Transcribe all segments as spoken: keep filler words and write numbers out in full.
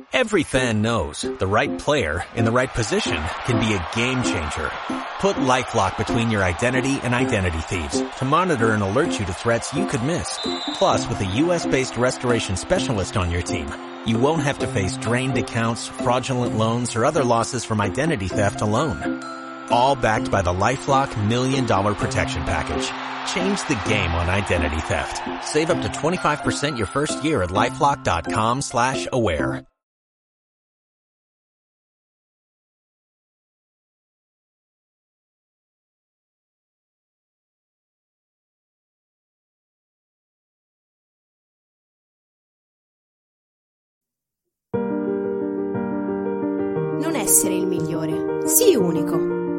Every fan knows the right player in the right position can be a game changer. Put LifeLock between your identity and identity thieves to monitor and alert you to threats you could miss. Plus, with a U S-based restoration specialist on your team, you won't have to face drained accounts, fraudulent loans, or other losses from identity theft alone. All backed by the LifeLock Million Dollar Protection Package. Change the game on identity theft. Save up to twenty-five percent your first year at LifeLock.com slash aware. Non essere il migliore, sii unico.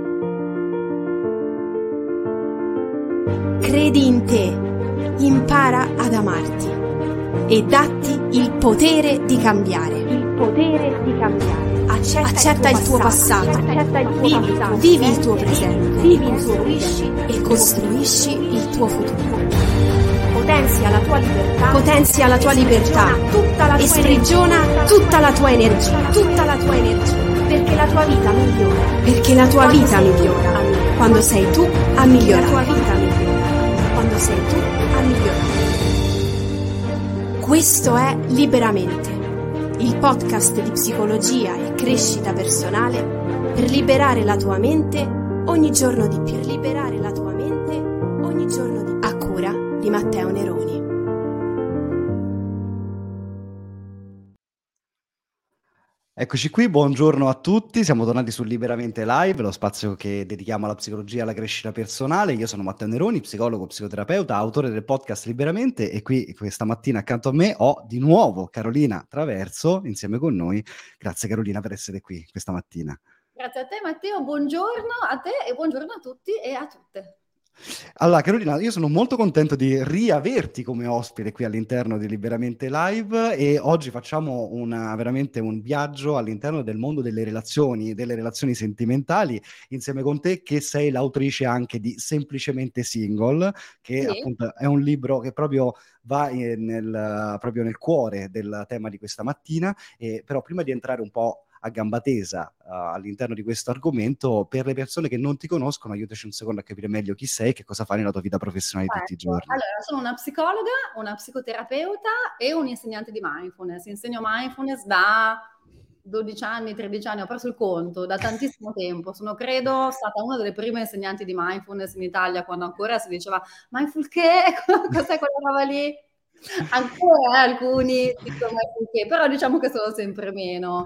Credi in te, impara ad amarti e datti il potere di cambiare. Il potere di cambiare. Accetta, Accetta il tuo passato, Accetta il tuo vivi, passato. vivi il tuo presente, vivi il tuo costruisci e costruisci il tuo futuro. Potenzia la tua libertà, potenzia la tua libertà tutta la tua e sprigiona tutta la tua energia, tutta la tua energia. Perché la tua vita migliora. Perché la tua quando vita migliora. migliora. Quando sei tu a migliorare. La tua vita migliora. Quando sei tu a migliorare. Questo è Liberamente, il podcast di psicologia e crescita personale per liberare la tua mente ogni giorno di più. Per liberare la tua mente ogni giorno di più. A cura di Matteo Neroni. Eccoci qui, buongiorno a tutti, siamo tornati su Liberamente Live, lo spazio che dedichiamo alla psicologia e alla crescita personale. Io sono Matteo Neroni, psicologo, psicoterapeuta, autore del podcast Liberamente e qui questa mattina accanto a me ho di nuovo Carolina Traverso insieme con noi. Grazie Carolina per essere qui questa mattina. Grazie a te Matteo, buongiorno a te e buongiorno a tutti e a tutte. Allora Carolina, io sono molto contento di riaverti come ospite qui all'interno di Liberamente Live e oggi facciamo una, veramente un viaggio all'interno del mondo delle relazioni, delle relazioni sentimentali, insieme con te che sei l'autrice anche di Semplicemente Single, che sì. appunto è un libro che proprio va nel, proprio nel cuore del tema di questa mattina, e, però prima di entrare un po' a gamba tesa uh, all'interno di questo argomento, per le persone che non ti conoscono, aiutaci un secondo a capire meglio chi sei e che cosa fai nella tua vita professionale di tutti i giorni. Allora, sono una psicologa, una psicoterapeuta e un insegnante di mindfulness. Insegno mindfulness da dodici anni, tredici anni, ho perso il conto, da tantissimo tempo. Sono, credo, stata una delle prime insegnanti di mindfulness in Italia, quando ancora si diceva mindful che? Cos'è quella roba lì? Ancora eh, alcuni dicono che, però diciamo che sono sempre meno.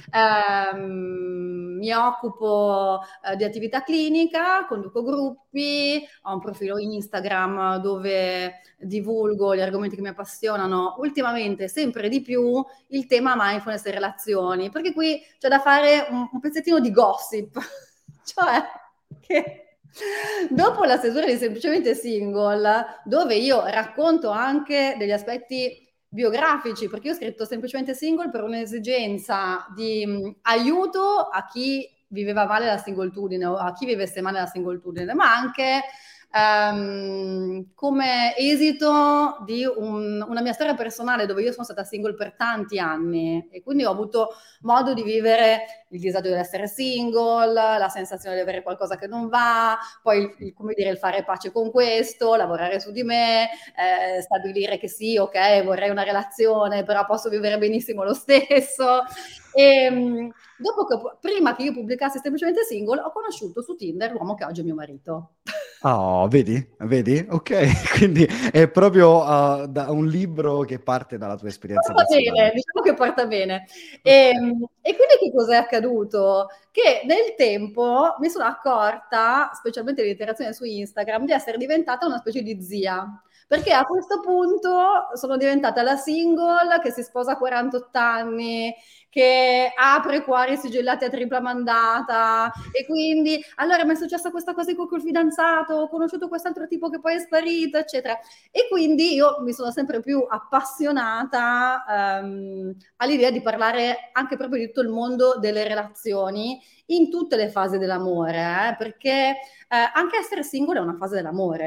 Um, mi occupo uh, di attività clinica, conduco gruppi, ho un profilo Instagram dove divulgo gli argomenti che mi appassionano, ultimamente sempre di più il tema mindfulness e relazioni, perché qui c'è da fare un, un pezzettino di gossip, cioè che dopo la stesura di Semplicemente Single, dove io racconto anche degli aspetti biografici, perché io ho scritto Semplicemente Single per un'esigenza di mh, aiuto a chi viveva male la singoltudine o a chi vivesse male la singoltudine, ma anche Um, come esito di un, una mia storia personale dove io sono stata single per tanti anni e quindi ho avuto modo di vivere il disagio dell'essere single, la sensazione di avere qualcosa che non va, poi il, il, come dire, il fare pace con questo, lavorare su di me, eh, stabilire che sì, ok, vorrei una relazione, però posso vivere benissimo lo stesso. E um, dopo che, prima che io pubblicassi Semplicemente Single, ho conosciuto su Tinder l'uomo che oggi è mio marito. Oh, vedi? Vedi? Ok, quindi è proprio uh, da un libro che parte dalla tua esperienza porta bene, diciamo che porta bene. E, e quindi che cosa è accaduto? Che nel tempo mi sono accorta, specialmente nell'interazione su Instagram, di essere diventata una specie di zia. Perché a questo punto sono diventata la single che si sposa a quarantotto anni, che apre cuori sigillati a tripla mandata e quindi allora mi è successa questa cosa con col fidanzato, ho conosciuto quest'altro tipo che poi è sparito, eccetera. E quindi io mi sono sempre più appassionata um, all'idea di parlare anche proprio di tutto il mondo delle relazioni in tutte le fasi dell'amore, eh, perché eh, anche essere single è una fase dell'amore.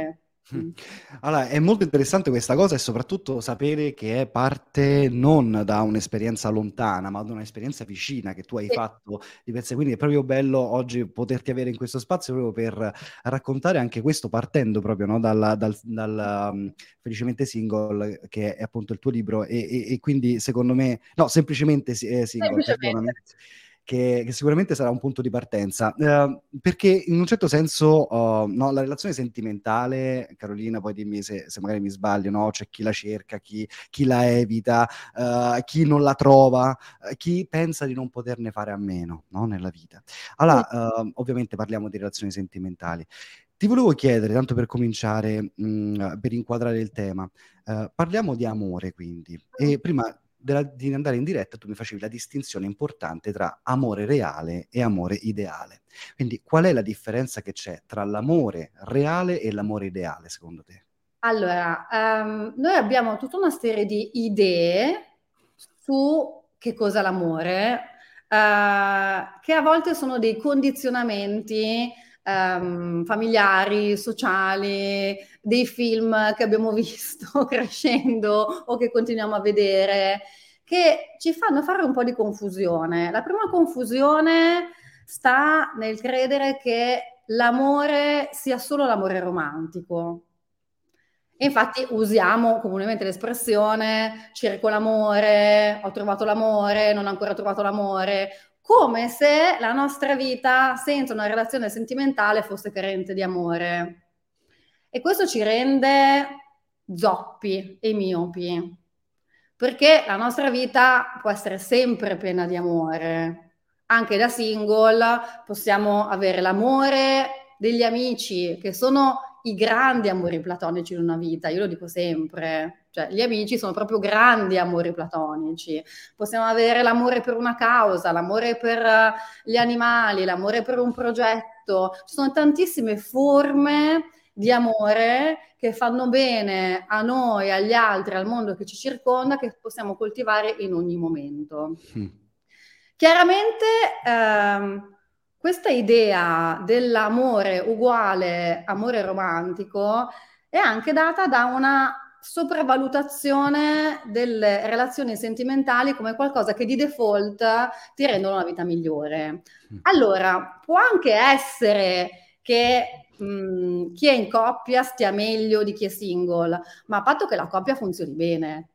Mm. Allora, è molto interessante questa cosa e soprattutto sapere che è parte non da un'esperienza lontana, ma da un'esperienza vicina che tu hai Sì. fatto di per sé. Quindi è proprio bello oggi poterti avere in questo spazio proprio per raccontare anche questo, partendo proprio no, dal, dal, dal um, Felicemente Single, che è appunto il tuo libro, e, e, e quindi secondo me, no, semplicemente eh, single, perdonami. Semplicemente. Che, che sicuramente sarà un punto di partenza, eh, perché in un certo senso uh, no, la relazione sentimentale, Carolina, poi dimmi se, se magari mi sbaglio, no? C'è chi la cerca, chi, chi la evita, uh, chi non la trova, uh, chi pensa di non poterne fare a meno, no? Nella vita. Allora, uh, ovviamente parliamo di relazioni sentimentali. Ti volevo chiedere, tanto per cominciare, mh, per inquadrare il tema, uh, parliamo di amore quindi, e prima della, di andare in diretta tu mi facevi la distinzione importante tra amore reale e amore ideale. Quindi qual è la differenza che c'è tra l'amore reale e l'amore ideale secondo te? Allora, um, noi abbiamo tutta una serie di idee su che cosa è l'amore, uh, che a volte sono dei condizionamenti um, familiari, sociali, dei film che abbiamo visto crescendo o che continuiamo a vedere, che ci fanno fare un po' di confusione. La prima confusione sta nel credere che l'amore sia solo l'amore romantico. E infatti usiamo comunemente l'espressione cerco l'amore, ho trovato l'amore, non ho ancora trovato l'amore, come se la nostra vita senza una relazione sentimentale fosse carente di amore. E questo ci rende zoppi e miopi, perché la nostra vita può essere sempre piena di amore. Anche da single possiamo avere l'amore degli amici, che sono i grandi amori platonici in una vita, io lo dico sempre, cioè gli amici sono proprio grandi amori platonici. Possiamo avere l'amore per una causa, l'amore per gli animali, l'amore per un progetto, ci sono tantissime forme di amore che fanno bene a noi, agli altri, al mondo che ci circonda, che possiamo coltivare in ogni momento. Mm. Chiaramente ehm, questa idea dell'amore uguale amore romantico è anche data da una sopravvalutazione delle relazioni sentimentali come qualcosa che di default ti rendono la vita migliore. Allora, può anche essere che mh, chi è in coppia stia meglio di chi è single, ma a patto che la coppia funzioni bene.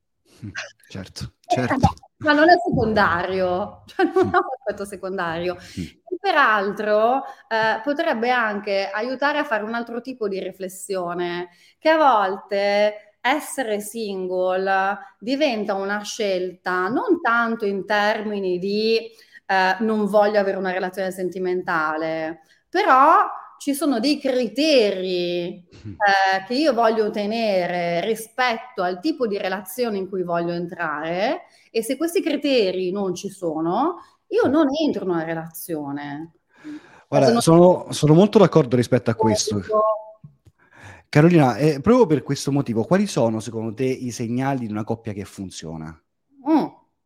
Certo, certo. Ma non è secondario, cioè non ha un aspetto secondario. E peraltro eh, potrebbe anche aiutare a fare un altro tipo di riflessione, che a volte essere single diventa una scelta non tanto in termini di eh, non voglio avere una relazione sentimentale, però ci sono dei criteri eh, che io voglio ottenere rispetto al tipo di relazione in cui voglio entrare, e se questi criteri non ci sono, io non entro in una relazione. Guarda, non... sono, sono molto d'accordo rispetto a questo. Carolina, eh, proprio per questo motivo, quali sono secondo te i segnali di una coppia che funziona? Mm.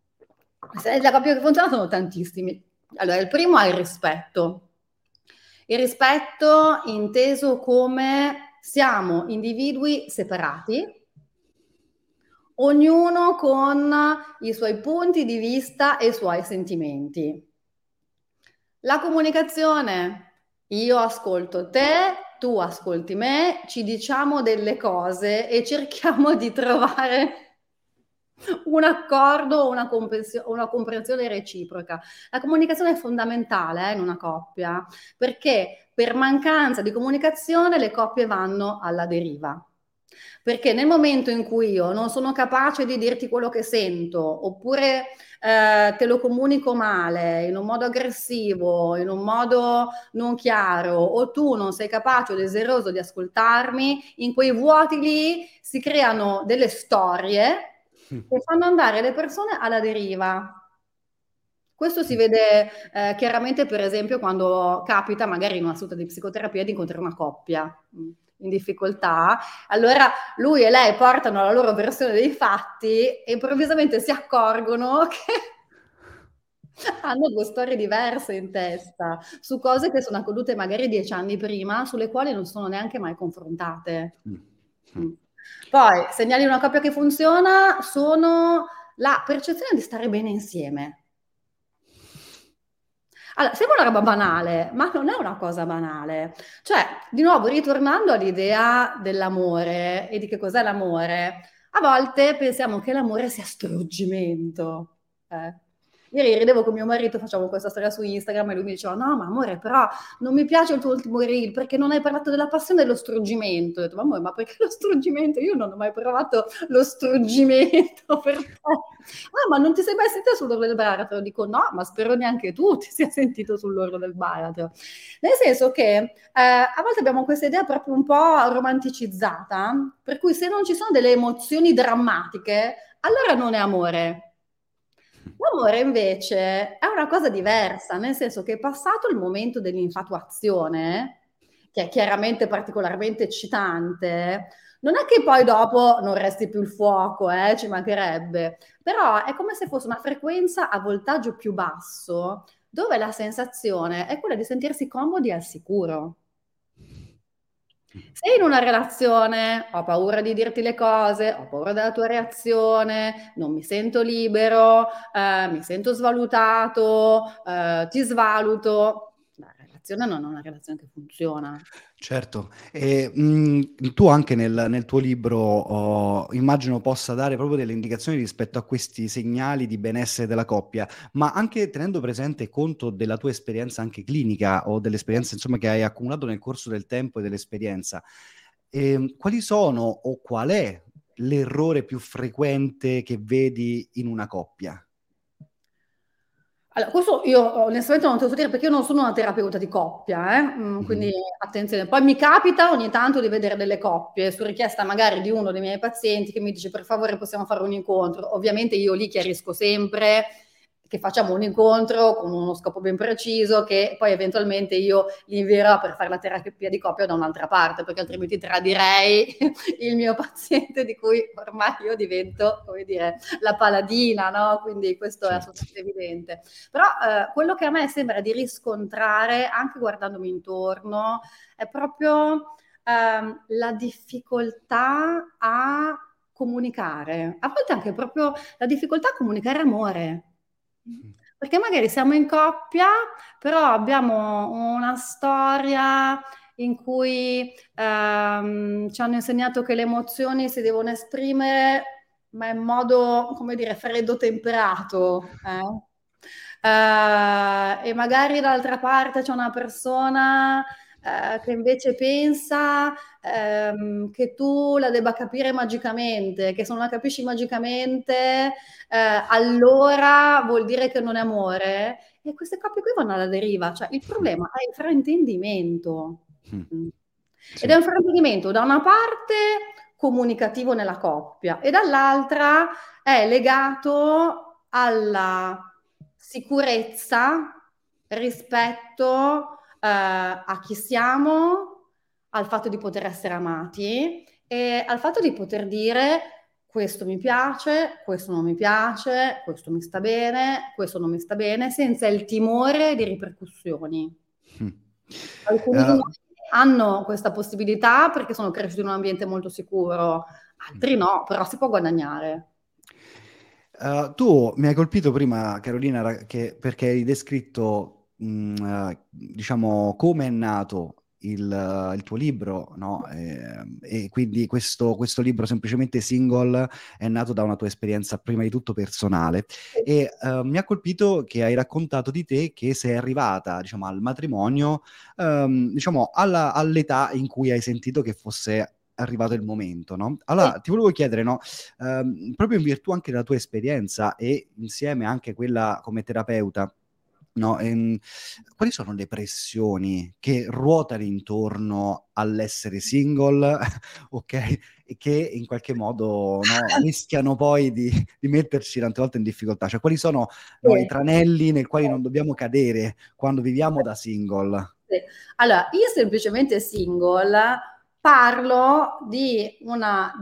La coppia che funziona sono tantissimi. Allora, il primo è il rispetto. Il rispetto inteso come siamo individui separati, ognuno con i suoi punti di vista e i suoi sentimenti. La comunicazione, io ascolto te, tu ascolti me, ci diciamo delle cose e cerchiamo di trovare un accordo, una, una comprensione reciproca. La comunicazione è fondamentale eh, in una coppia, perché per mancanza di comunicazione le coppie vanno alla deriva. Perché nel momento in cui io non sono capace di dirti quello che sento, oppure eh, te lo comunico male, in un modo aggressivo, in un modo non chiaro, o tu non sei capace o desideroso di ascoltarmi, in quei vuoti lì si creano delle storie che fanno andare le persone alla deriva. Questo si vede eh, chiaramente, per esempio, quando capita magari in una seduta di psicoterapia di incontrare una coppia in difficoltà, allora lui e lei portano la loro versione dei fatti e improvvisamente si accorgono che hanno due storie diverse in testa, su cose che sono accadute magari dieci anni prima, sulle quali non sono neanche mai confrontate. Mm. Mm. Poi, segnali di una coppia che funziona sono la percezione di stare bene insieme. Allora, sembra una roba banale, ma non è una cosa banale. Cioè, di nuovo, ritornando all'idea dell'amore e di che cos'è l'amore, a volte pensiamo che l'amore sia struggimento. Eh. Ieri ridevo con mio marito, facciamo questa storia su Instagram e lui mi diceva: no, ma amore, però non mi piace il tuo ultimo reel perché non hai parlato della passione e dello struggimento. Ho detto: ma amore, ma perché lo struggimento? Io non ho mai provato lo struggimento per te. Ah, ma non ti sei mai sentito sull'orlo del baratro? Dico: no, ma spero neanche tu ti sia sentito sull'orlo del baratro. Nel senso che eh, a volte abbiamo questa idea proprio un po' romanticizzata, per cui se non ci sono delle emozioni drammatiche, allora non è amore. L'amore invece è una cosa diversa, nel senso che passato il momento dell'infatuazione, che è chiaramente particolarmente eccitante, non è che poi dopo non resti più il fuoco, eh, ci mancherebbe, però è come se fosse una frequenza a voltaggio più basso, dove la sensazione è quella di sentirsi comodi e al sicuro. Sei in una relazione, ho paura di dirti le cose, ho paura della tua reazione, non mi sento libero, eh, mi sento svalutato, eh, ti svaluto. La relazione non è una relazione che funziona. Certo, e mh, tu anche nel, nel tuo libro oh, immagino possa dare proprio delle indicazioni rispetto a questi segnali di benessere della coppia, ma anche tenendo presente conto della tua esperienza anche clinica o dell'esperienza insomma che hai accumulato nel corso del tempo e dell'esperienza, eh, quali sono o qual è l'errore più frequente che vedi in una coppia? Allora, questo io onestamente non te lo so dire perché io non sono una terapeuta di coppia, eh? mm, quindi mm-hmm. attenzione. Poi mi capita ogni tanto di vedere delle coppie su richiesta magari di uno dei miei pazienti che mi dice: per favore possiamo fare un incontro. Ovviamente io lì chiarisco sempre che facciamo un incontro con uno scopo ben preciso, che poi eventualmente io li invierò per fare la terapia di coppia da un'altra parte, perché altrimenti tradirei il mio paziente di cui ormai io divento, come dire, la paladina, no? Quindi questo certo. È assolutamente evidente. Però eh, quello che a me sembra di riscontrare, anche guardandomi intorno, è proprio ehm, la difficoltà a comunicare. A volte anche proprio la difficoltà a comunicare amore. Perché magari siamo in coppia, però abbiamo una storia in cui ehm, ci hanno insegnato che le emozioni si devono esprimere, ma in modo, come dire, freddo temperato. Eh? Eh, e magari dall'altra parte c'è una persona eh, che invece pensa ehm, che tu la debba capire magicamente, che se non la capisci magicamente eh, allora vuol dire che non è amore, e queste coppie qui vanno alla deriva. Cioè il problema è il fraintendimento. Mm. Sì. Ed è un fraintendimento da una parte comunicativo nella coppia e dall'altra è legato alla sicurezza rispetto eh, a chi siamo, al fatto di poter essere amati e al fatto di poter dire: questo mi piace, questo non mi piace, questo mi sta bene, questo non mi sta bene, senza il timore di ripercussioni. Mm. Alcuni uh. di noi hanno questa possibilità perché sono cresciuti in un ambiente molto sicuro, altri no, però si può guadagnare. Uh, tu mi hai colpito prima, Carolina, che, perché hai descritto mh, uh, diciamo come è nato il, uh, il tuo libro, no? E, e quindi questo, questo libro semplicemente Single è nato da una tua esperienza prima di tutto personale e uh, mi ha colpito che hai raccontato di te che sei arrivata, diciamo, al matrimonio um, diciamo alla, all'età in cui hai sentito che fosse arrivato il momento, no? Allora, ti volevo chiedere, no, ehm, proprio in virtù anche della tua esperienza e insieme anche quella come terapeuta, no, ehm, quali sono le pressioni che ruotano intorno all'essere single, ok, e che in qualche modo, no, rischiano poi di, di metterci tante volte in difficoltà? Cioè, quali sono no, sì. i tranelli nei quali non dobbiamo cadere quando viviamo da single? Sì. Allora, io semplicemente single parlo di una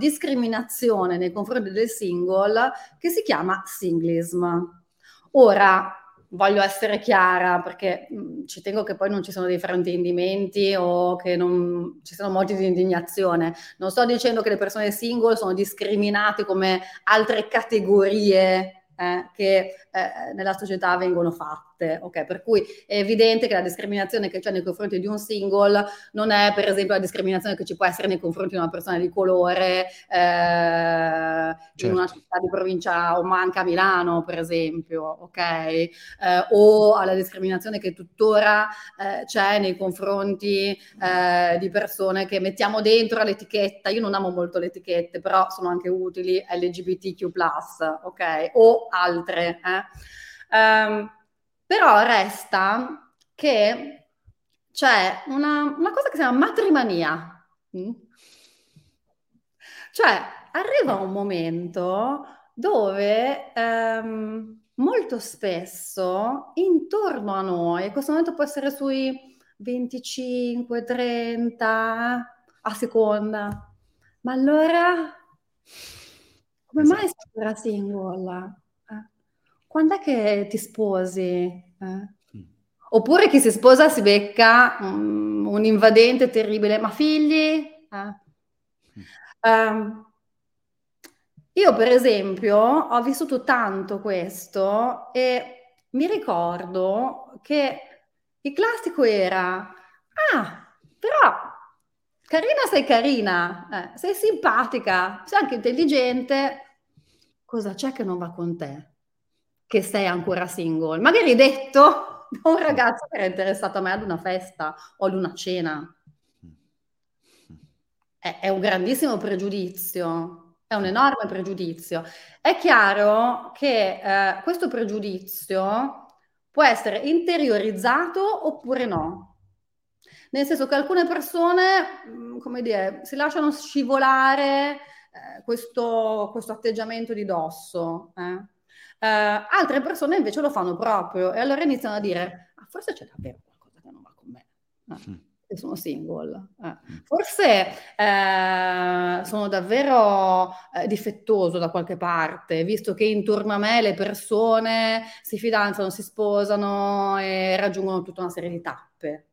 discriminazione nei confronti del single che si chiama singlism. Ora, voglio essere chiara, perché mh, ci tengo che poi non ci sono dei fraintendimenti o che non ci siano moti di indignazione. Non sto dicendo che le persone single sono discriminate come altre categorie eh, che eh, nella società vengono fatte, ok? Per cui è evidente che la discriminazione che c'è nei confronti di un single non è, per esempio, la discriminazione che ci può essere nei confronti di una persona di colore eh, in una Certo. città di provincia o manca a Milano, per esempio, ok? Eh, o alla discriminazione che tuttora eh, c'è nei confronti eh, di persone che mettiamo dentro l'etichetta. Io non amo molto le etichette, però sono anche utili, L G B T Q plus, ok? O altre. Eh? Um, però resta che c'è una, una cosa che si chiama matrimania. Mm? Cioè, arriva un momento dove ehm, molto spesso intorno a noi, e questo momento può essere sui venticinque trenta a seconda, ma allora come mai sei Esatto. ancora single? Eh? Quando è che ti sposi? Eh? Oppure chi si sposa si becca mm, un invadente terribile, ma figli? Eh? Um, io per esempio ho vissuto tanto questo e mi ricordo che il classico era, ah, però carina sei carina, eh, sei simpatica, sei anche intelligente, cosa c'è che non va con te? Che sei ancora single? Magari detto da un ragazzo che era interessato a me ad una festa o ad una cena. È, è un grandissimo pregiudizio, è un enorme pregiudizio. È chiaro che eh, questo pregiudizio può essere interiorizzato oppure no. Nel senso che alcune persone, mh, come dire, si lasciano scivolare eh, questo, questo atteggiamento di dosso. Eh. Eh, altre persone invece lo fanno proprio e allora iniziano a dire, ah, forse c'è davvero qualcosa che non va con me. Eh. Sono single. Eh. Forse eh, sono davvero eh, difettoso da qualche parte, visto che intorno a me le persone si fidanzano, si sposano e raggiungono tutta una serie di tappe.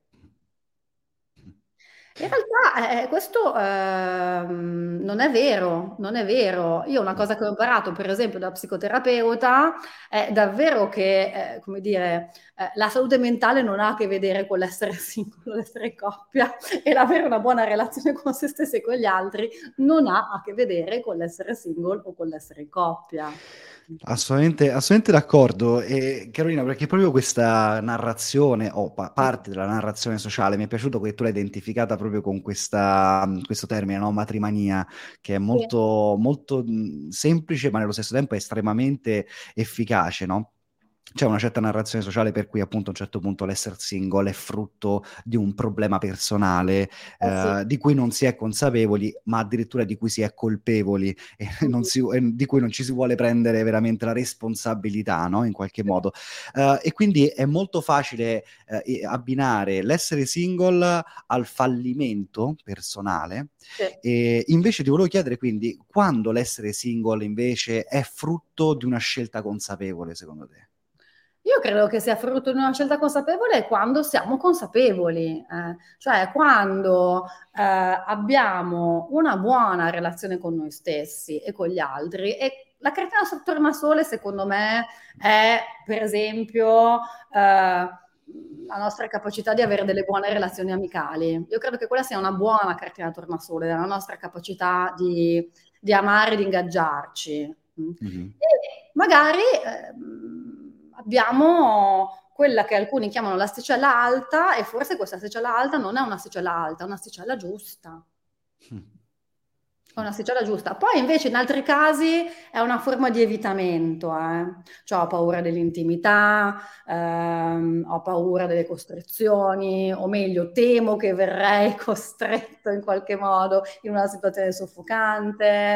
In realtà eh, questo ehm, non è vero, non è vero. Io una cosa che ho imparato, per esempio, da psicoterapeuta è davvero che, eh, come dire, eh, la salute mentale non ha a che vedere con l'essere singolo, l'essere in coppia e l'avere una buona relazione con se stessi e con gli altri non ha a che vedere con l'essere single o con l'essere in coppia. Assolutamente, assolutamente d'accordo. E Carolina, perché proprio questa narrazione, o pa- parte della narrazione sociale, mi è piaciuto che tu l'hai identificata proprio con questa, questo termine, no? Matrimania, che è molto, molto mh, semplice, ma nello stesso tempo è estremamente efficace, no? C'è una certa narrazione sociale per cui appunto a un certo punto l'essere single è frutto di un problema personale Eh eh, sì. di cui non si è consapevoli, ma addirittura di cui si è colpevoli e, non si, e di cui non ci si vuole prendere veramente la responsabilità, no? In qualche modo. Eh, e quindi è molto facile eh, abbinare l'essere single al fallimento personale. Sì. E invece ti volevo chiedere quindi quando l'essere single invece è frutto di una scelta consapevole, secondo te? Io credo che sia frutto di una scelta consapevole quando siamo consapevoli, eh, cioè quando eh, abbiamo una buona relazione con noi stessi e con gli altri. E la cartina sul tornasole, secondo me, è per esempio eh, la nostra capacità di avere delle buone relazioni amicali. Io credo che quella sia una buona cartina tornasole della nostra capacità di, di amare e di ingaggiarci. Mm-hmm. E magari eh, abbiamo quella che alcuni chiamano l'asticella alta e forse questa asticella alta non è un'asticella alta, è un'asticella giusta. È un'asticella giusta. Poi invece in altri casi è una forma di evitamento, eh. Cioè ho paura dell'intimità, ehm, ho paura delle costrizioni, o meglio temo che verrei costretto in qualche modo in una situazione soffocante,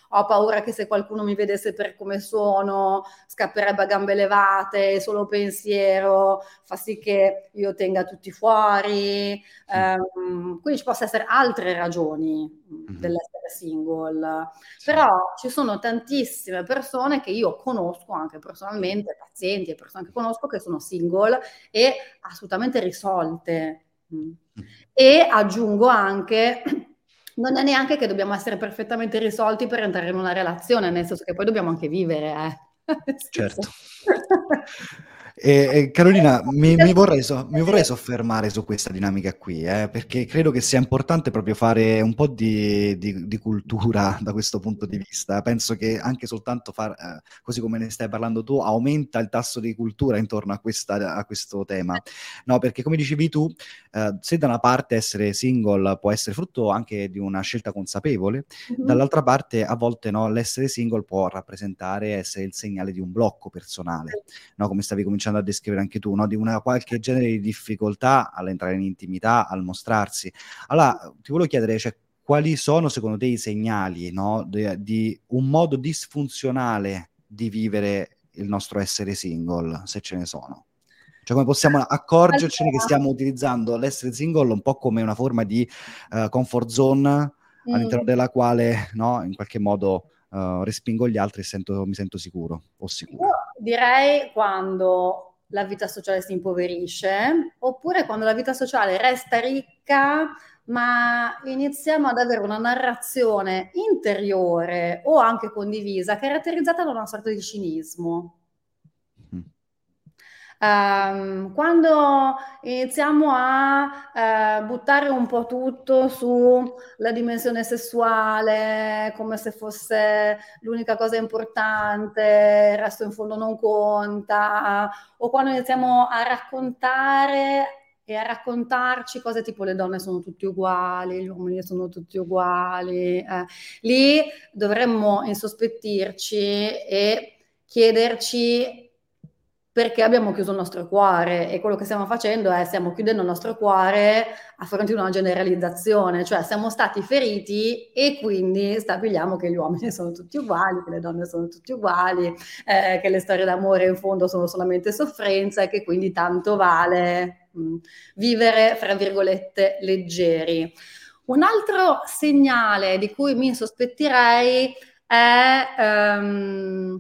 ho paura che se qualcuno mi vedesse per come sono scapperebbe a gambe levate, solo pensiero fa sì che io tenga tutti fuori, um, quindi ci possono essere altre ragioni mm-hmm. dell'essere single, sì. Però ci sono tantissime persone che io conosco anche personalmente, pazienti e persone che conosco che sono single e assolutamente risolte. Mm. E aggiungo anche, non è neanche che dobbiamo essere perfettamente risolti per entrare in una relazione, nel senso che poi dobbiamo anche vivere, eh. Certo. E, e Carolina, mi, mi, vorrei so, mi vorrei soffermare su questa dinamica qui, eh, perché credo che sia importante proprio fare un po' di, di, di cultura da questo punto di vista. Penso che anche soltanto far, eh, così come ne stai parlando tu, aumenta il tasso di cultura intorno a, questa, a questo tema. No, perché come dicevi tu, eh, se da una parte essere single può essere frutto anche di una scelta consapevole, mm-hmm. dall'altra parte a volte no, l'essere single può rappresentare essere il segnale di un blocco personale, no, come stavi cominciando a descrivere anche tu, no? Di una qualche genere di difficoltà all'entrare in intimità, al mostrarsi. Allora, ti volevo chiedere, cioè, quali sono secondo te i segnali, no? di, di un modo disfunzionale di vivere il nostro essere single, se ce ne sono? Cioè, come possiamo accorgercene che stiamo utilizzando l'essere single un po' come una forma di uh, comfort zone mm. all'interno della quale, no, in qualche modo uh, respingo gli altri e sento, mi sento sicuro o sicura? Direi quando la vita sociale si impoverisce, oppure quando la vita sociale resta ricca, ma iniziamo ad avere una narrazione interiore o anche condivisa caratterizzata da una sorta di cinismo. Um, quando iniziamo a uh, buttare un po' tutto sulla dimensione sessuale come se fosse l'unica cosa importante, il resto in fondo non conta, o quando iniziamo a raccontare e a raccontarci cose tipo le donne sono tutti uguali, gli uomini sono tutti uguali, eh, lì dovremmo insospettirci e chiederci perché abbiamo chiuso il nostro cuore, e quello che stiamo facendo è stiamo chiudendo il nostro cuore a fronte di una generalizzazione, cioè siamo stati feriti e quindi stabiliamo che gli uomini sono tutti uguali, che le donne sono tutti uguali, eh, che le storie d'amore in fondo sono solamente sofferenza e che quindi tanto vale mh, vivere, fra virgolette, leggeri. Un altro segnale di cui mi insospettirei è um,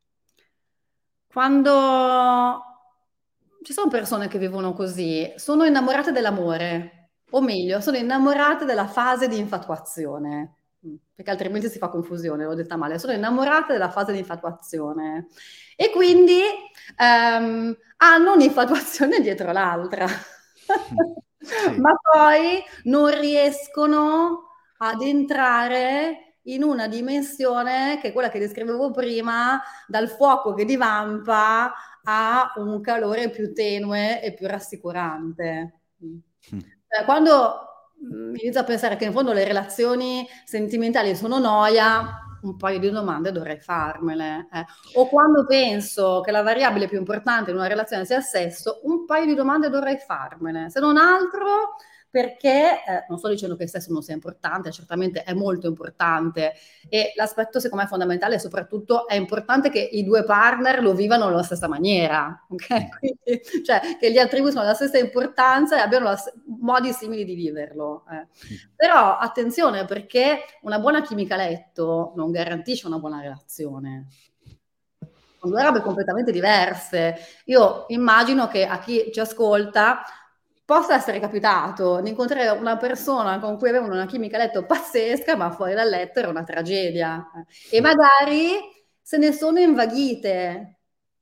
quando ci sono persone che vivono così, sono innamorate dell'amore, o meglio, sono innamorate della fase di infatuazione, perché altrimenti si fa confusione, l'ho detta male, sono innamorate della fase di infatuazione e quindi um, hanno un'infatuazione dietro l'altra, sì. Ma poi non riescono ad entrare in una dimensione che è quella che descrivevo prima, dal fuoco che divampa a un calore più tenue e più rassicurante. Mm. Cioè, quando mm, inizio a pensare che in fondo le relazioni sentimentali sono noia, un paio di domande dovrei farmele. Eh. O quando penso che la variabile più importante in una relazione sia il sesso, un paio di domande dovrei farmene. Se non altro perché, eh, non sto dicendo che il sesso non sia importante, certamente è molto importante, e l'aspetto secondo me fondamentale soprattutto è importante che i due partner lo vivano alla stessa maniera, ok? Quindi, cioè che gli attribuiscono la stessa importanza e abbiano la, modi simili di viverlo. Eh. Però attenzione, perché una buona chimica a letto non garantisce una buona relazione. Sono due robe completamente diverse. Io immagino che a chi ci ascolta possa essere capitato di incontrare una persona con cui avevano una chimica a letto pazzesca, ma fuori dal letto era una tragedia. E magari se ne sono invaghite,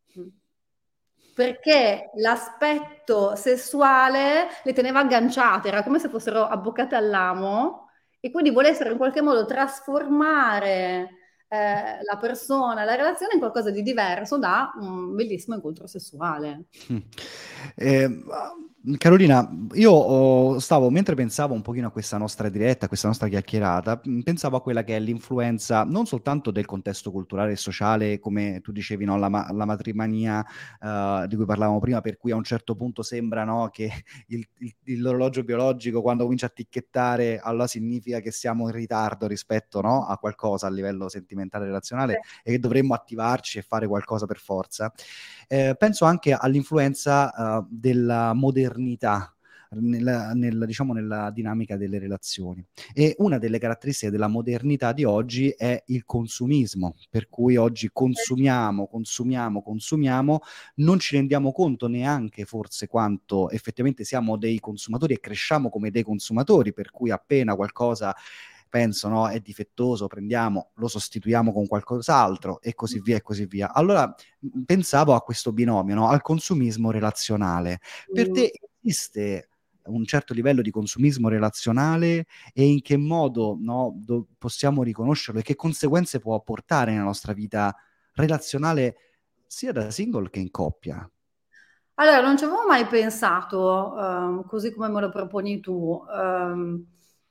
perché l'aspetto sessuale le teneva agganciate, era come se fossero abboccate all'amo, e quindi volessero in qualche modo trasformare eh, la persona, la relazione in qualcosa di diverso da un bellissimo incontro sessuale. Eh, Carolina, io oh, stavo, mentre pensavo un pochino a questa nostra diretta, a questa nostra chiacchierata, mh, pensavo a quella che è l'influenza non soltanto del contesto culturale e sociale, come tu dicevi, no, la, ma- la matrimania eh, di cui parlavamo prima, per cui a un certo punto sembra, no, che il, il- il- l'orologio biologico, quando comincia a ticchettare, allora significa che siamo in ritardo rispetto, no, a qualcosa a livello sentimentale e relazionale e che dovremmo attivarci e fare qualcosa per forza. Eh, penso anche all'influenza eh, della modernità nella, nel- diciamo, nella dinamica delle relazioni. E una delle caratteristiche della modernità di oggi è il consumismo, per cui oggi consumiamo, consumiamo, consumiamo, non ci rendiamo conto neanche forse quanto effettivamente siamo dei consumatori e cresciamo come dei consumatori, per cui appena qualcosa penso, no, è difettoso, prendiamo, lo sostituiamo con qualcos'altro e così via e così via. Allora mh, pensavo a questo binomio, no, al consumismo relazionale. Per Mm. te esiste un certo livello di consumismo relazionale e in che modo, no, do- possiamo riconoscerlo e che conseguenze può portare nella nostra vita relazionale sia da single che in coppia? Allora, non ci avevo mai pensato, ehm, così come me lo proponi tu. Ehm,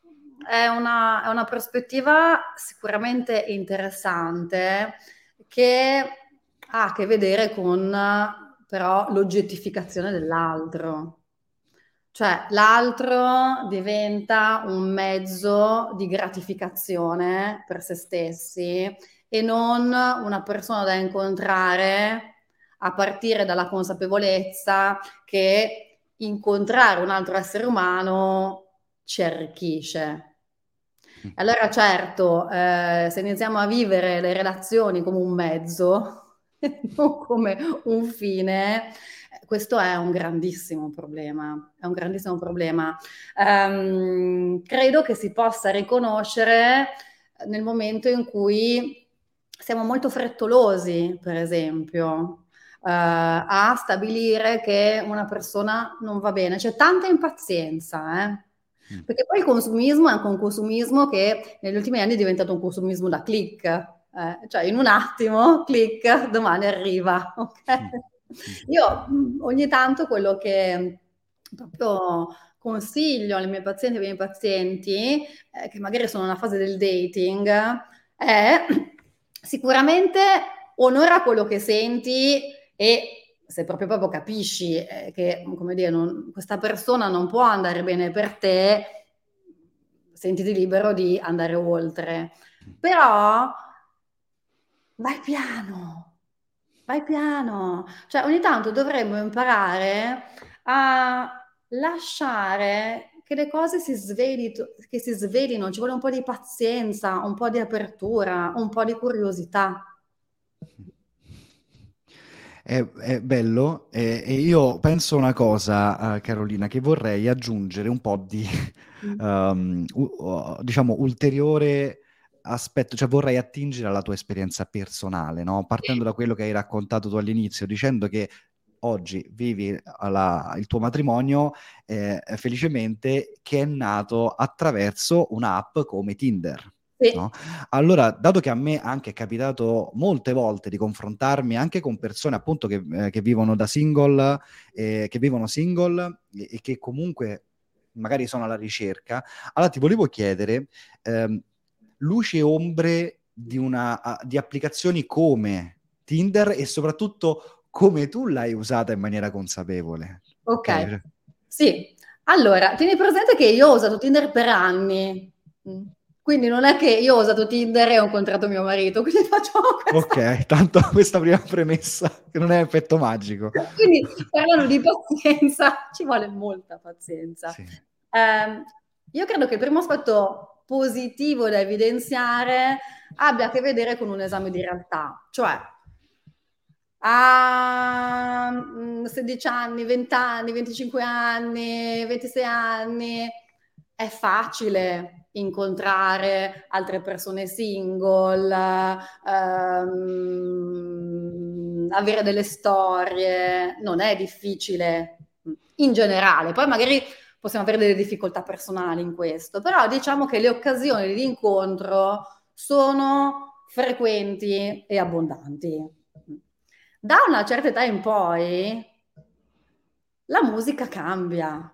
è una, è una prospettiva sicuramente interessante che ha a che vedere con però l'oggettificazione dell'altro. Cioè, l'altro diventa un mezzo di gratificazione per se stessi e non una persona da incontrare a partire dalla consapevolezza che incontrare un altro essere umano ci arricchisce. Allora, certo, eh, se iniziamo a vivere le relazioni come un mezzo, non come un fine, eh, questo è un grandissimo problema. È un grandissimo problema. Ehm, credo che si possa riconoscere nel momento in cui siamo molto frettolosi, per esempio, eh, a stabilire che una persona non va bene. C'è tanta impazienza, eh? Mm. Perché poi il consumismo è anche un consumismo che negli ultimi anni è diventato un consumismo da click, eh, cioè in un attimo, click, domani arriva, ok? Mm. Mm. Io mh, ogni tanto quello che proprio consiglio alle mie pazienti e ai miei pazienti, eh, che magari sono nella fase del dating, è sicuramente onora quello che senti e se proprio proprio capisci eh, che, come dire, non- questa persona non può andare bene per te, sentiti libero di andare oltre. Però vai piano, vai piano. Cioè, ogni tanto dovremmo imparare a lasciare che le cose si sveli, che si svelino, ci vuole un po' di pazienza, un po' di apertura, un po' di curiosità. È, è bello e, e io penso una cosa, eh, Carolina, che vorrei aggiungere un po' di, ehm, u- u- diciamo, ulteriore aspetto, cioè vorrei attingere alla tua esperienza personale, no? Partendo da quello che hai raccontato tu all'inizio, dicendo che oggi vivi alla- il tuo matrimonio eh, felicemente che è nato attraverso un'app come Tinder. Sì. No? Allora, dato che a me anche è capitato molte volte di confrontarmi anche con persone appunto che, eh, che vivono da single, eh, che vivono single e, e che comunque magari sono alla ricerca, allora ti volevo chiedere ehm, luci e ombre di, una, a- di applicazioni come Tinder e soprattutto come tu l'hai usata in maniera consapevole. Ok, Ok? sì. Allora, tieni presente che io ho usato Tinder per anni. Mm. Quindi non è che io ho usato Tinder e ho incontrato mio marito, quindi facciamo questa. Ok, tanto questa prima premessa che non è effetto magico. Quindi parlano di pazienza, ci vuole molta pazienza. Sì. Ehm, io credo che il primo aspetto positivo da evidenziare abbia a che vedere con un esame di realtà, cioè a mm, sedici anni, venti anni, venticinque anni, ventisei anni, è facile incontrare altre persone single, ehm, avere delle storie, non è difficile in generale. Poi magari possiamo avere delle difficoltà personali in questo, però diciamo che le occasioni di incontro sono frequenti e abbondanti. Da una certa età in poi la musica cambia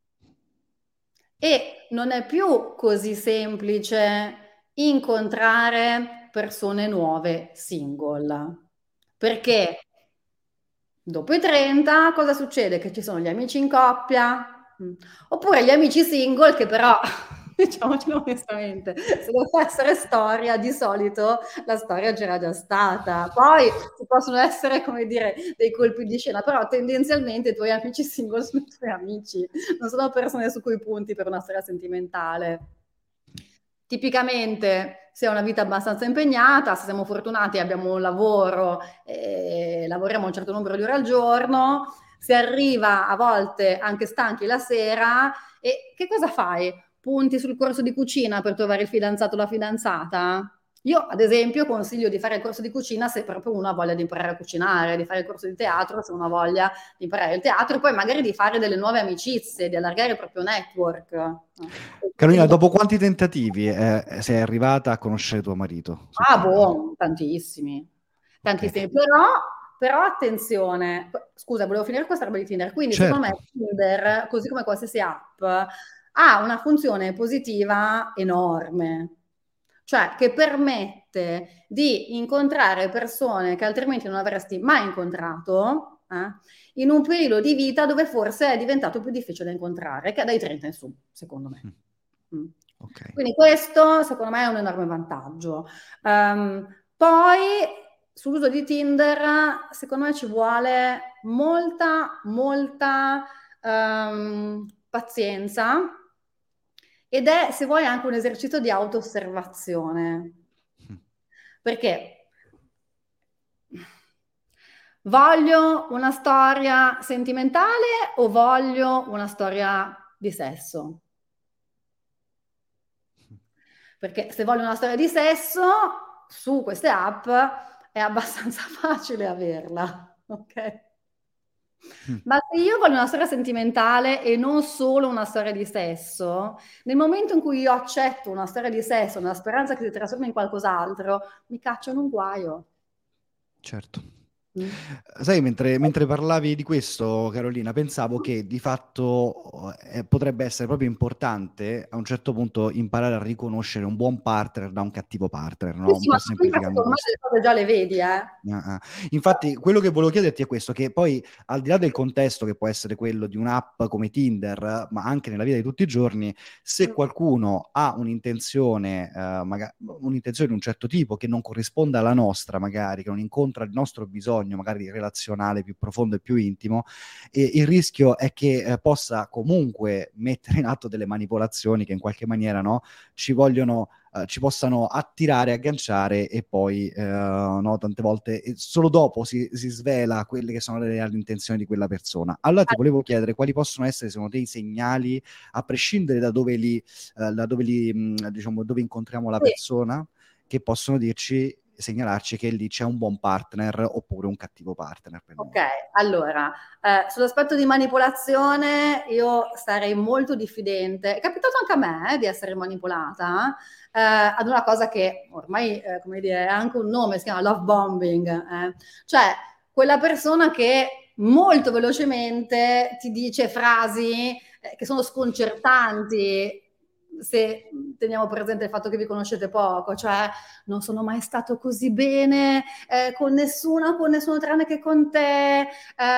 e non è più così semplice incontrare persone nuove single, perché dopo i trenta cosa succede? Che ci sono gli amici in coppia, mm, oppure gli amici single che però, diciamocelo onestamente, se deve essere storia, di solito la storia c'era già stata. Poi ci possono essere, come dire, dei colpi di scena, però tendenzialmente i tuoi amici single sono i tuoi amici, non sono persone su cui punti per una storia sentimentale. Tipicamente, se è una vita abbastanza impegnata, se siamo fortunati, abbiamo un lavoro, e lavoriamo un certo numero di ore al giorno, si arriva a volte anche stanchi la sera e che cosa fai? Punti sul corso di cucina per trovare il fidanzato o la fidanzata? Io, ad esempio, consiglio di fare il corso di cucina se proprio uno ha voglia di imparare a cucinare, di fare il corso di teatro se uno ha voglia di imparare il teatro e poi magari di fare delle nuove amicizie, di allargare il proprio network. Carolina, dopo quanti tentativi eh, sei arrivata a conoscere tuo marito? Ah, boh, tantissimi. Tantissimi. Ok. Però, però attenzione, scusa, volevo finire questa roba di Tinder. Quindi, secondo me, Certo. Tinder, così come qualsiasi app, ha una funzione positiva enorme, cioè che permette di incontrare persone che altrimenti non avresti mai incontrato eh, in un periodo di vita dove forse è diventato più difficile da incontrare, che è dai trenta in su, secondo me. Mm. Ok. Quindi questo, secondo me, è un enorme vantaggio. Um, poi, sull'uso di Tinder, secondo me ci vuole molta, molta um, pazienza ed è, se vuoi, anche un esercizio di auto-osservazione. Perché voglio una storia sentimentale o voglio una storia di sesso? Perché se voglio una storia di sesso, su queste app è abbastanza facile averla, ok? Ma se io voglio una storia sentimentale e non solo una storia di sesso, nel momento in cui io accetto una storia di sesso, nella speranza che si trasformi in qualcos'altro, mi caccio in un guaio. Certo. Mm. Sai, mentre, mentre parlavi di questo, Carolina, pensavo che di fatto eh, potrebbe essere proprio importante a un certo punto imparare a riconoscere un buon partner da un cattivo partner, Sì, no? Un sì, ma po' tu infatti semplificando secondo me questo. le cose già le vedi, eh? Ah, ah. Infatti, quello che volevo chiederti è questo, che poi al di là del contesto che può essere quello di un'app come Tinder, ma anche nella vita di tutti i giorni, se Mm. qualcuno ha un'intenzione, eh, maga- un'intenzione di un certo tipo che non corrisponda alla nostra, magari, che non incontra il nostro bisogno, magari relazionale più profondo e più intimo, e il rischio è che eh, possa comunque mettere in atto delle manipolazioni che in qualche maniera, no, ci vogliono Uh, ci possano attirare, agganciare e poi uh, no, tante volte e solo dopo si, si svela quelle che sono le reali intenzioni di quella persona. Allora ti volevo chiedere quali possono essere secondo te i segnali, a prescindere da dove li, uh, da dove li mh, diciamo, dove incontriamo la Sì. persona, che possono dirci, segnalarci che lì c'è un buon partner oppure un cattivo partner per Ok, noi. allora, eh, sull'aspetto di manipolazione io starei molto diffidente. È capitato anche a me eh, di essere manipolata eh, ad una cosa che ormai, eh, come dire, ha anche un nome, si chiama love bombing. Eh. Cioè, quella persona che molto velocemente ti dice frasi eh, che sono sconcertanti se teniamo presente il fatto che vi conoscete poco, cioè non sono mai stato così bene eh, con nessuna, con nessuno tranne che con te,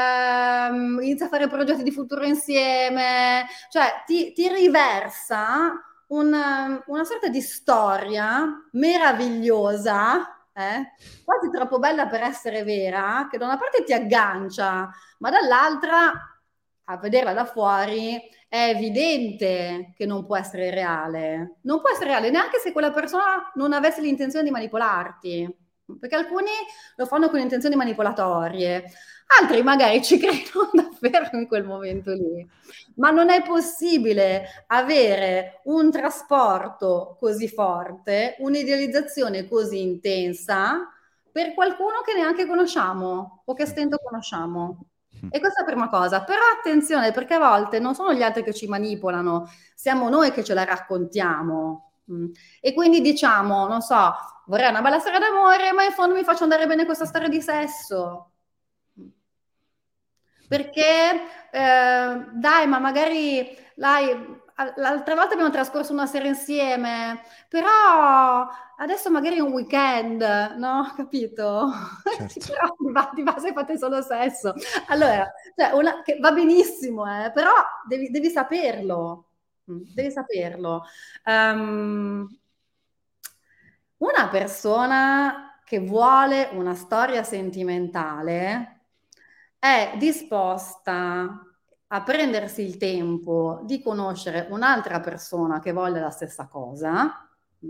ehm, inizia a fare progetti di futuro insieme, cioè ti, ti riversa un, una sorta di storia meravigliosa, eh, quasi troppo bella per essere vera, che da una parte ti aggancia, ma dall'altra, a vederla da fuori, è evidente che non può essere reale. Non può essere reale neanche se quella persona non avesse l'intenzione di manipolarti, perché alcuni lo fanno con intenzioni manipolatorie, altri magari ci credono davvero in quel momento lì. Ma non è possibile avere un trasporto così forte, un'idealizzazione così intensa per qualcuno che neanche conosciamo o che stento conosciamo. E questa è la prima cosa. Però attenzione, perché a volte non sono gli altri che ci manipolano, siamo noi che ce la raccontiamo. Mm. E quindi diciamo, non so, vorrei una bella storia d'amore, ma in fondo mi faccio andare bene questa storia di sesso. perché eh, dai, ma magari dai, l'altra volta abbiamo trascorso una sera insieme, però adesso magari è un weekend, no? Capito? Certo. Però di, ba- di base fate solo sesso. Allora, cioè, una, che va benissimo, eh, però devi, devi saperlo. Devi saperlo. Um, una persona che vuole una storia sentimentale è disposta a prendersi il tempo di conoscere un'altra persona che voglia la stessa cosa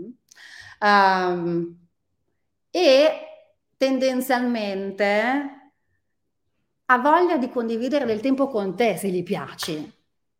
um, e tendenzialmente ha voglia di condividere del tempo con te se gli piaci.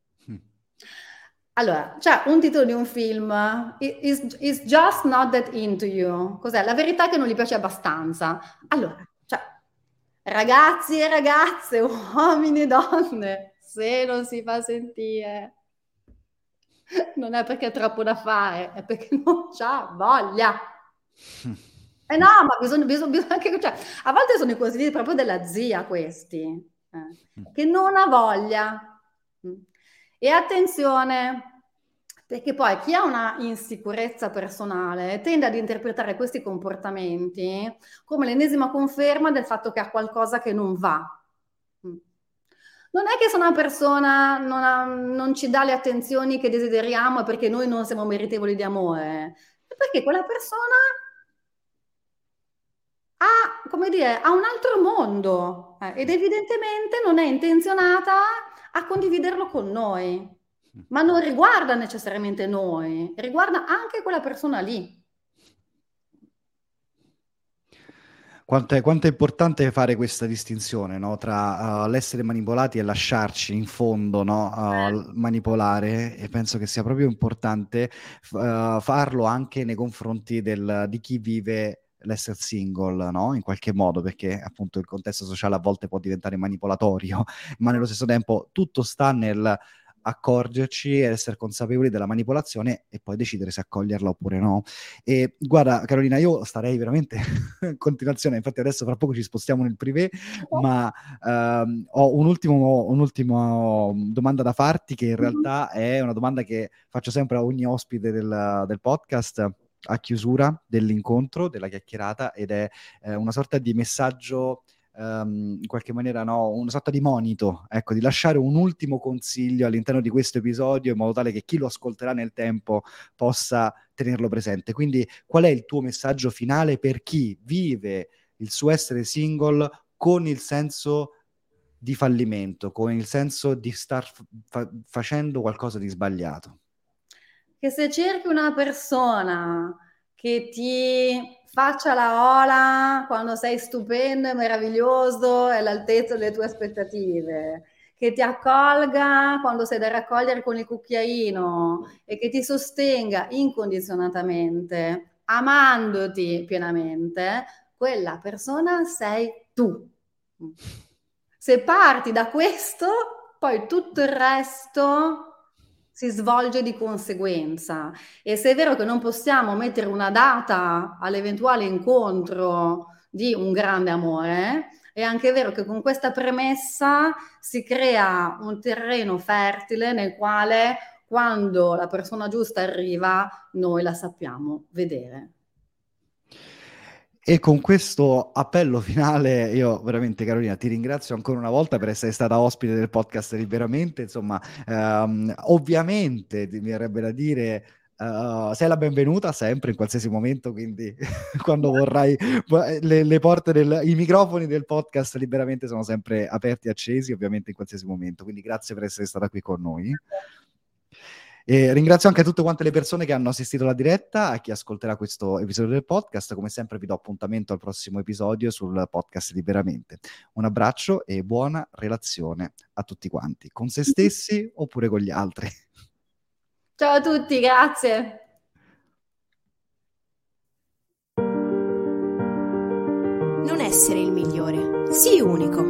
Allora, c'è un titolo di un film, It's, It's Just Not That Into You. Cos'è? La verità è che non gli piace abbastanza. Allora, cioè, ragazzi e ragazze, uomini e donne, se non si fa sentire, non è perché è troppo da fare, è perché non c'ha voglia. Eh no, ma bisogna, bisogna, bisogna anche, cioè, a volte sono i consigli proprio della zia questi, eh, che non ha voglia. E attenzione, perché poi chi ha una insicurezza personale tende ad interpretare questi comportamenti come l'ennesima conferma del fatto che ha qualcosa che non va. Non è che se una persona non, ha, non ci dà le attenzioni che desideriamo è perché noi non siamo meritevoli di amore, è perché quella persona ha, come dire, ha un altro mondo eh, ed evidentemente non è intenzionata a condividerlo con noi, ma non riguarda necessariamente noi, riguarda anche quella persona lì. Quanto è, quanto è importante fare questa distinzione, no? Tra uh, l'essere manipolati e lasciarci in fondo, no? uh, manipolare, e penso che sia proprio importante uh, farlo anche nei confronti del, di chi vive l'essere single, no? In qualche modo, perché appunto il contesto sociale a volte può diventare manipolatorio, ma nello stesso tempo tutto sta nel accorgerci e essere consapevoli della manipolazione e poi decidere se accoglierla oppure no. E guarda Carolina, io starei veramente in continuazione, infatti adesso fra poco ci spostiamo nel privé, ma ehm, ho un ultimo, un'ultima domanda da farti, che in realtà è una domanda che faccio sempre a ogni ospite del, del podcast a chiusura dell'incontro, della chiacchierata, ed è eh, una sorta di messaggio Um, in qualche maniera, no, una sorta di monito, ecco, di lasciare un ultimo consiglio all'interno di questo episodio in modo tale che chi lo ascolterà nel tempo possa tenerlo presente. Quindi qual è il tuo messaggio finale per chi vive il suo essere single con il senso di fallimento, con il senso di star fa- facendo qualcosa di sbagliato? Che se cerchi una persona che ti faccia la ola quando sei stupendo e meraviglioso e all'altezza delle tue aspettative, che ti accolga quando sei da raccogliere con il cucchiaino e che ti sostenga incondizionatamente, amandoti pienamente, quella persona sei tu. Se parti da questo, poi tutto il resto si svolge di conseguenza. E se è vero che non possiamo mettere una data all'eventuale incontro di un grande amore, è anche vero che con questa premessa si crea un terreno fertile nel quale, quando la persona giusta arriva, noi la sappiamo vedere. E con questo appello finale io veramente, Carolina, ti ringrazio ancora una volta per essere stata ospite del podcast Liberamente. Insomma, ehm, ovviamente mi verrebbe da dire uh, sei la benvenuta sempre in qualsiasi momento, quindi quando vorrai le, le porte del, i microfoni del podcast Liberamente sono sempre aperti e accesi, ovviamente in qualsiasi momento, quindi grazie per essere stata qui con noi. E ringrazio anche tutte quante le persone che hanno assistito alla diretta, a chi ascolterà questo episodio del podcast. Come sempre vi do appuntamento al prossimo episodio sul podcast Liberamente. Un abbraccio e buona relazione a tutti quanti, con se stessi oppure con gli altri. Ciao a tutti, grazie. Non essere il migliore, sii unico.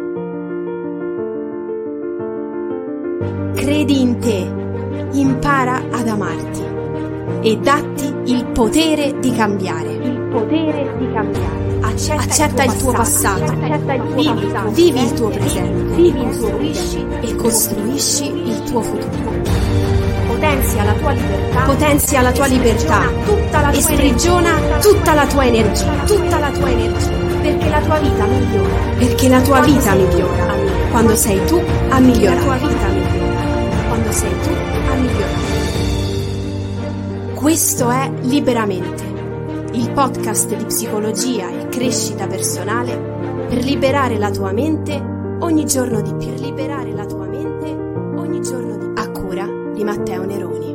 Credi in te. Impara ad amarti e datti il potere di cambiare. Il potere di cambiare. Accetta, Accetta il tuo passato, Accetta il tuo vivi, passato. vivi il tuo presente, vivi il tuo presente e costruisci il tuo futuro. Potenzia la tua libertà, potenzia la tua libertà tutta la e sprigiona tutta la tua energia, tutta la tua energia, perché la tua vita migliora, perché la tua quando vita migliora quando sei tu a migliorare, la tua vita migliora quando sei tu a migliorare. Questo è Liberamente, il podcast di psicologia e crescita personale per liberare la tua mente ogni giorno di più, per liberare la tua mente ogni giorno di più. A cura di Matteo Neroni.